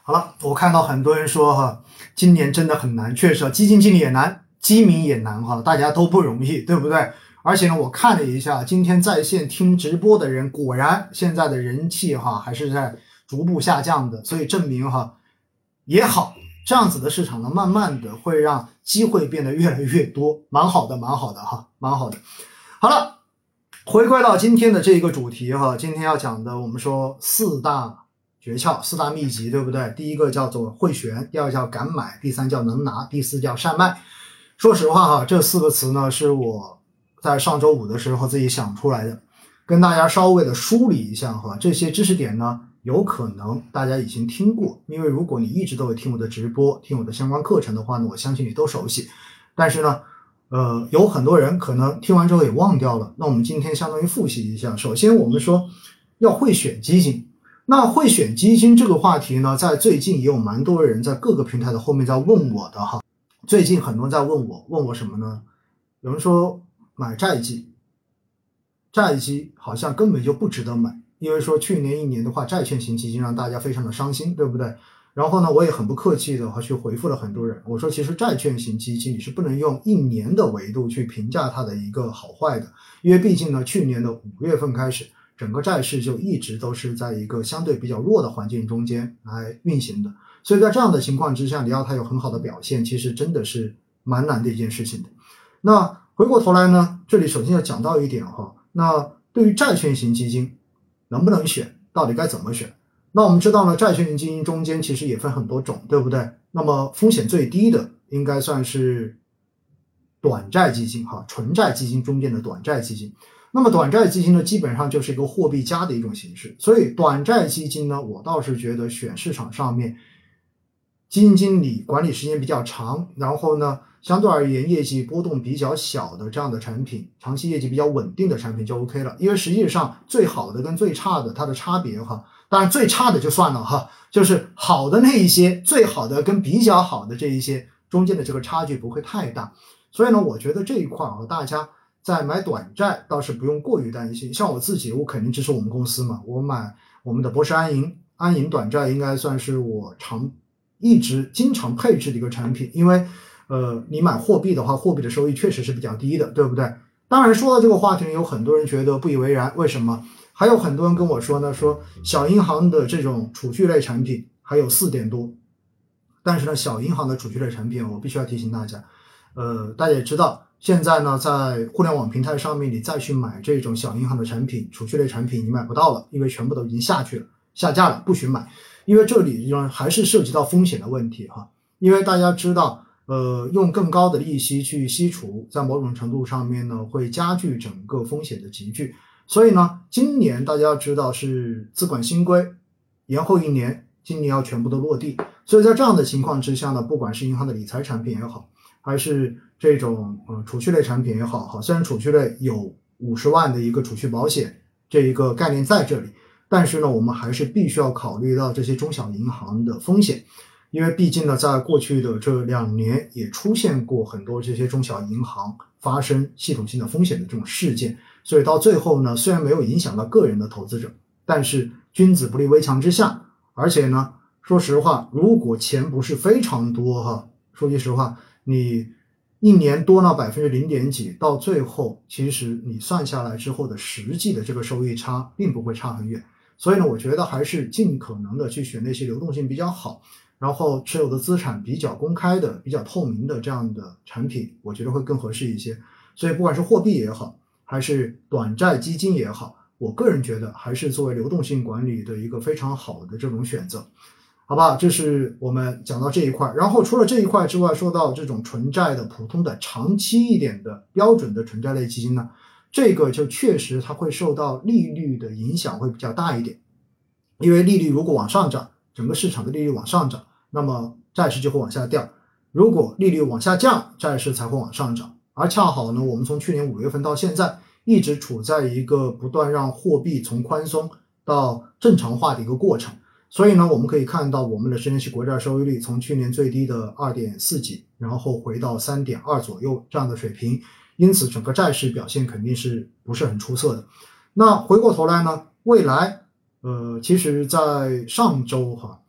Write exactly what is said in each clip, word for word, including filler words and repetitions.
好了，我看到很多人说哈，今年真的很难，确实基金经理也难，基民也难哈，大家都不容易，对不对？而且呢，我看了一下今天在线听直播的人，果然现在的人气哈还是在逐步下降的，所以证明哈也好，这样子的市场呢，慢慢的会让机会变得越来越多，蛮好的，蛮好的哈，蛮好的。好了，回归到今天的这个主题哈，今天要讲的我们说四大诀窍、四大秘籍，对不对？第一个叫做会选，第二个叫敢买，第三叫能拿，第四叫善卖。说实话哈，这四个词呢是我在上周五的时候自己想出来的，跟大家稍微的梳理一下哈。这些知识点呢，有可能大家已经听过，因为如果你一直都有听我的直播、听我的相关课程的话呢，我相信你都熟悉。但是呢，呃，有很多人可能听完之后也忘掉了。那我们今天相当于复习一下。首先，我们说要会选基金。那会选基金这个话题呢，在最近也有蛮多人在各个平台的后面在问我的哈。最近很多人在问我，问我什么呢？有人说买债基，债基好像根本就不值得买，因为说去年一年的话，债券型基金让大家非常的伤心，对不对？然后呢，我也很不客气的话去回复了很多人，我说其实债券型基金你是不能用一年的维度去评价它的一个好坏的，因为毕竟呢，去年的五月份开始，整个债市就一直都是在一个相对比较弱的环境中间来运行的，所以在这样的情况之下，你要它有很好的表现，其实真的是蛮难的一件事情的。那回过头来呢，这里首先要讲到一点哈，那对于债券型基金能不能选，到底该怎么选？那我们知道呢，债券型基金中间其实也分很多种，对不对？那么风险最低的应该算是短债基金哈，纯债基金中间的短债基金。那么短债基金呢，基本上就是一个货币加的一种形式，所以短债基金呢，我倒是觉得选市场上面基金经理管理时间比较长，然后呢相对而言业绩波动比较小的这样的产品，长期业绩比较稳定的产品就 OK 了。因为实际上最好的跟最差的它的差别哈，当然最差的就算了哈，就是好的那一些，最好的跟比较好的这一些中间的这个差距不会太大。所以呢，我觉得这一块啊，大家在买短债倒是不用过于担心。像我自己，我肯定支持我们公司嘛，我买我们的博时安银，安银短债应该算是我常一直经常配置的一个产品，因为呃，你买货币的话，货币的收益确实是比较低的，对不对？当然说到这个话题呢，有很多人觉得不以为然，为什么？还有很多人跟我说呢，说小银行的这种储蓄类产品还有四点多，但是呢，小银行的储蓄类产品，我必须要提醒大家，呃，大家也知道，现在呢，在互联网平台上面，你再去买这种小银行的产品、储蓄类产品，你买不到了，因为全部都已经下去了，下架了，不许买。因为这里还是涉及到风险的问题哈，因为大家知道，呃，用更高的利息去吸储，在某种程度上面呢，会加剧整个风险的集聚。所以呢，今年大家要知道是资管新规延后一年，今年要全部都落地。所以在这样的情况之下呢，不管是银行的理财产品也好，还是这种呃储蓄类产品也好，哈，虽然储蓄类有五十万的一个储蓄保险这一个概念在这里，但是呢，我们还是必须要考虑到这些中小银行的风险，因为毕竟呢，在过去的这两年也出现过很多这些中小银行发生系统性的风险的这种事件，所以到最后呢，虽然没有影响到个人的投资者，但是君子不立危墙之下，而且呢，说实话，如果钱不是非常多哈，说句实话，你一年多了百分之零点几，到最后其实你算下来之后的实际的这个收益差并不会差很远。所以呢，我觉得还是尽可能的去选那些流动性比较好，然后持有的资产比较公开的、比较透明的这样的产品，我觉得会更合适一些。所以不管是货币也好，还是短债基金也好，我个人觉得还是作为流动性管理的一个非常好的这种选择。好吧，这是我们讲到这一块。然后除了这一块之外，说到这种纯债的普通的长期一点的标准的纯债类基金呢，这个就确实它会受到利率的影响会比较大一点，因为利率如果往上涨，整个市场的利率往上涨，那么债市就会往下掉，如果利率往下降，债市才会往上涨。而恰好呢，我们从去年五月份到现在一直处在一个不断让货币从宽松到正常化的一个过程，所以呢，我们可以看到我们的十年期国债收益率从去年最低的 二点四 几，然后回到 三点二 左右这样的水平，因此整个债市表现肯定是不是很出色的。那回过头来呢，未来呃，其实在上周哈，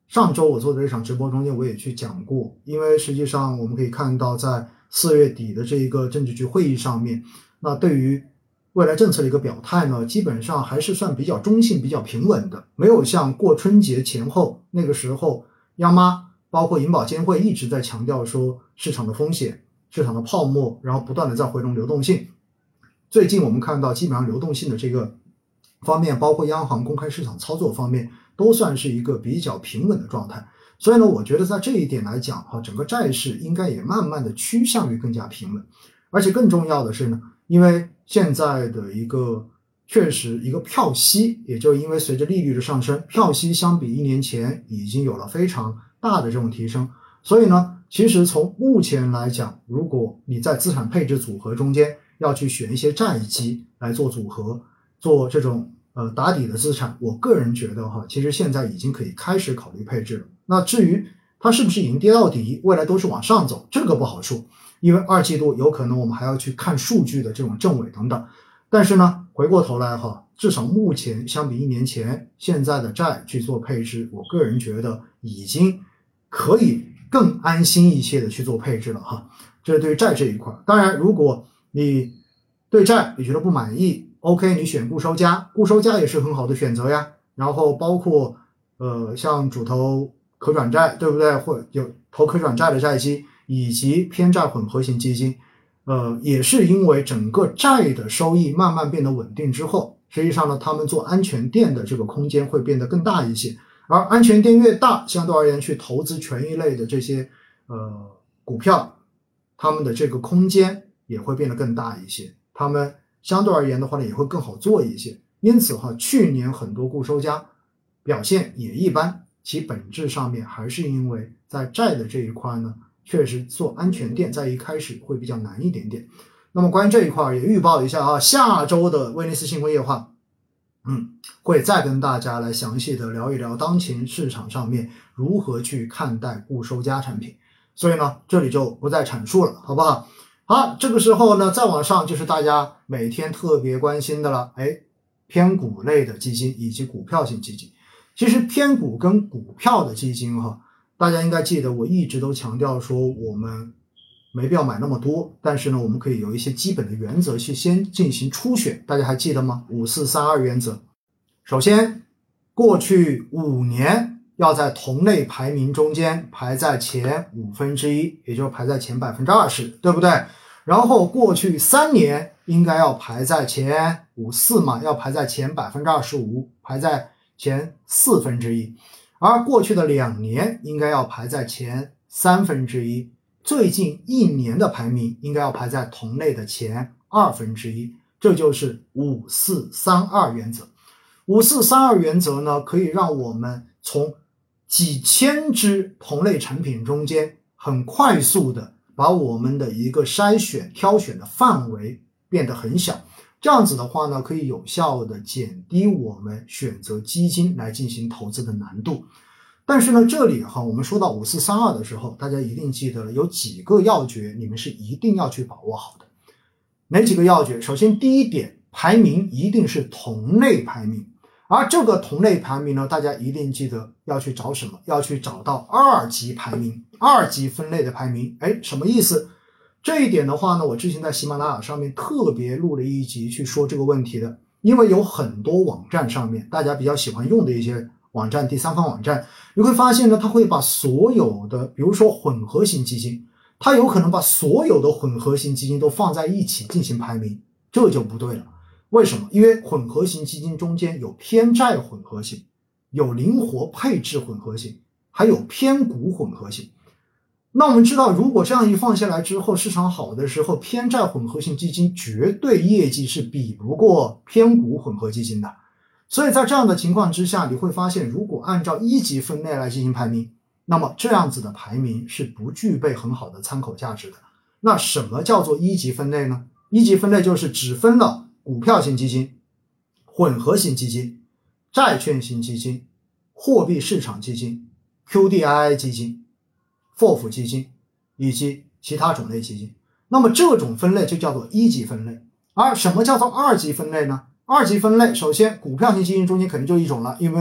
上周我做的这场直播中间我也去讲过，因为实际上我们可以看到，在四月底的这一个政治局会议上面，那对于未来政策的一个表态呢，基本上还是算比较中性、比较平稳的，没有像过春节前后那个时候，央妈包括银保监会一直在强调说市场的风险、市场的泡沫，然后不断的在回笼流动性。最近我们看到，基本上流动性的这个方面，包括央行公开市场操作方面，都算是一个比较平稳的状态。所以呢，我觉得在这一点来讲哈，整个债市应该也慢慢的趋向于更加平稳。而且更重要的是呢，因为现在的一个确实一个票息，也就是因为随着利率的上升，票息相比一年前已经有了非常大的这种提升。所以呢，其实从目前来讲，如果你在资产配置组合中间要去选一些债基来做组合，做这种呃打底的资产，我个人觉得哈，其实现在已经可以开始考虑配置了。那至于它是不是已经跌到底，未来都是往上走，这个不好说，因为二季度有可能我们还要去看数据的这种正尾等等。但是呢，回过头来哈，至少目前相比一年前，现在的债去做配置，我个人觉得已经可以更安心一些的去做配置了哈。这是对于债这一块。当然，如果你对债你觉得不满意 ，OK， 你选固收加，固收加也是很好的选择呀。然后包括呃像主投可转债，对不对？或有投可转债的债基，以及偏债混合型基金，呃，也是因为整个债的收益慢慢变得稳定之后，实际上呢，他们做安全垫的这个空间会变得更大一些。而安全垫越大，相对而言去投资权益类的这些呃股票，他们的这个空间也会变得更大一些。他们相对而言的话呢，也会更好做一些。因此哈，去年很多固收加表现也一般。其本质上面还是因为在债的这一块呢，确实做安全垫在一开始会比较难一点点。那么关于这一块也预报一下啊，下周的威尼斯新闻夜话，嗯，会再跟大家来详细的聊一聊当前市场上面如何去看待固收加产品。所以呢，这里就不再阐述了，好不好？好，这个时候呢，再往上就是大家每天特别关心的了，哎，偏股类的基金以及股票型基金。其实偏股跟股票的基金哈，大家应该记得我一直都强调说我们没必要买那么多，但是呢，我们可以有一些基本的原则去先进行初选，大家还记得吗？五四三二原则。首先，过去五年要在同类排名中间排在前五分之一，也就是排在前百分之二十，对不对？然后过去三年应该要排在前五四嘛，要排在前百分之二十五，排在前四分之一，而过去的两年应该要排在前三分之一，最近一年的排名应该要排在同类的前二分之一，这就是五四三二原则。五四三二原则呢，可以让我们从几千只同类产品中间很快速的把我们的一个筛选挑选的范围变得很小。这样子的话呢，可以有效的减低我们选择基金来进行投资的难度。但是呢，这里哈，我们说到五四三二的时候，大家一定记得了，有几个要诀，你们是一定要去把握好的。哪几个要诀？首先，第一点，排名一定是同类排名，而这个同类排名呢，大家一定记得要去找什么？要去找到二级排名，二级分类的排名。哎，什么意思？这一点的话呢，我之前在喜马拉雅上面特别录了一集去说这个问题的，因为有很多网站上面大家比较喜欢用的一些网站，第三方网站，你会发现呢，它会把所有的，比如说混合型基金，它有可能把所有的混合型基金都放在一起进行排名，这就不对了。为什么？因为混合型基金中间有偏债混合型，有灵活配置混合型，还有偏股混合型。那我们知道，如果这样一放下来之后，市场好的时候，偏债混合型基金绝对业绩是比不过偏股混合基金的。所以在这样的情况之下，你会发现，如果按照一级分类来进行排名，那么这样子的排名是不具备很好的参考价值的。那什么叫做一级分类呢？一级分类就是只分了股票型基金、混合型基金、债券型基金、货币市场基金、Q D I I 基金、F O F 基金以及其他种类基金。那么这种分类就叫做一级分类。而什么叫做二级分类呢？二级分类，首先股票型基金中间肯定就一种了，因为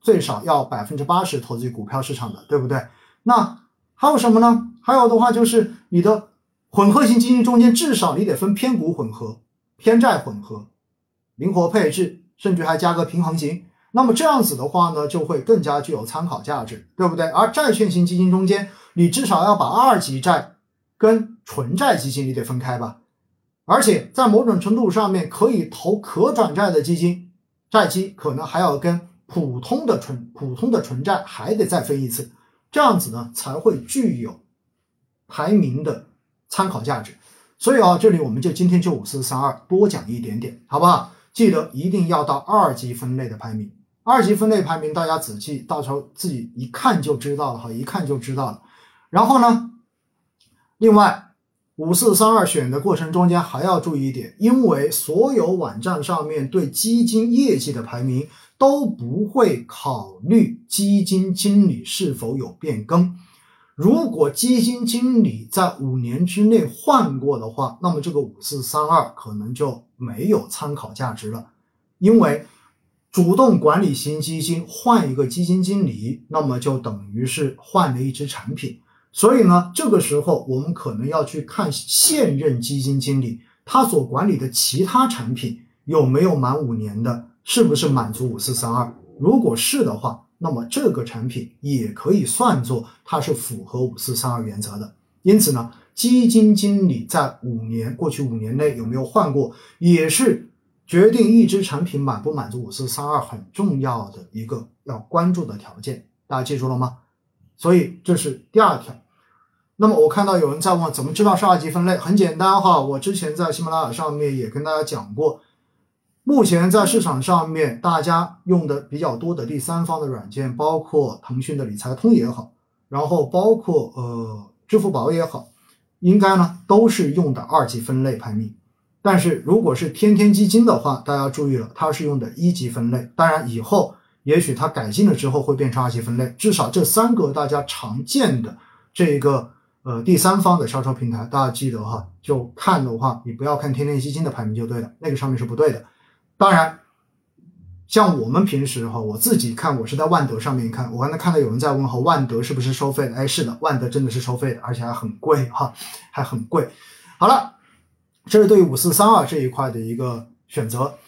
最少要 百分之八十 投资于股票市场的，对不对？那还有什么呢？还有的话就是你的混合型基金中间至少你得分偏股混合、偏债混合、灵活配置，甚至还加个平衡型。那么这样子的话呢，就会更加具有参考价值，对不对？而债券型基金中间，你至少要把二级债跟纯债基金你得分开吧。而且在某种程度上面，可以投可转债的基金，债基可能还要跟普通的纯普通的纯债还得再分一次，这样子呢才会具有排名的参考价值。所以啊，这里我们就今天就五四三二多讲一点点，好不好？记得一定要到二级分类的排名。二级分类排名大家仔细到时候自己一看就知道了哈，一看就知道了。然后呢，另外五四三二选的过程中间还要注意一点，因为所有网站上面对基金业绩的排名都不会考虑基金经理是否有变更。如果基金经理在五年之内换过的话，那么这个五四三二可能就没有参考价值了。因为主动管理型基金换一个基金经理，那么就等于是换了一只产品。所以呢，这个时候我们可能要去看现任基金经理他所管理的其他产品有没有满五年的，是不是满足五四三二。如果是的话，那么这个产品也可以算作它是符合五四三二原则的。因此呢，基金经理在五年过去五年内有没有换过，也是决定一只产品满不满足五四三二很重要的一个要关注的条件。大家记住了吗？所以这是第二条。那么我看到有人在问怎么知道是二级分类，很简单哈，我之前在喜马拉雅上面也跟大家讲过，目前在市场上面大家用的比较多的第三方的软件，包括腾讯的理财通也好，然后包括呃支付宝也好，应该呢都是用的二级分类排名。但是如果是天天基金的话，大家注意了，它是用的一级分类。当然以后也许它改进了之后会变成二级分类，至少这三个大家常见的这个呃第三方的销售平台，大家记得哈，就看的话你不要看天天基金的排名就对了，那个上面是不对的。当然像我们平时哈，我自己看我是在万德上面看，我刚才看到有人在问哈，万德是不是收费的？哎，是的，万德真的是收费的，而且还很贵哈，还很贵。好了，这是对于五四三二这一块的一个选择。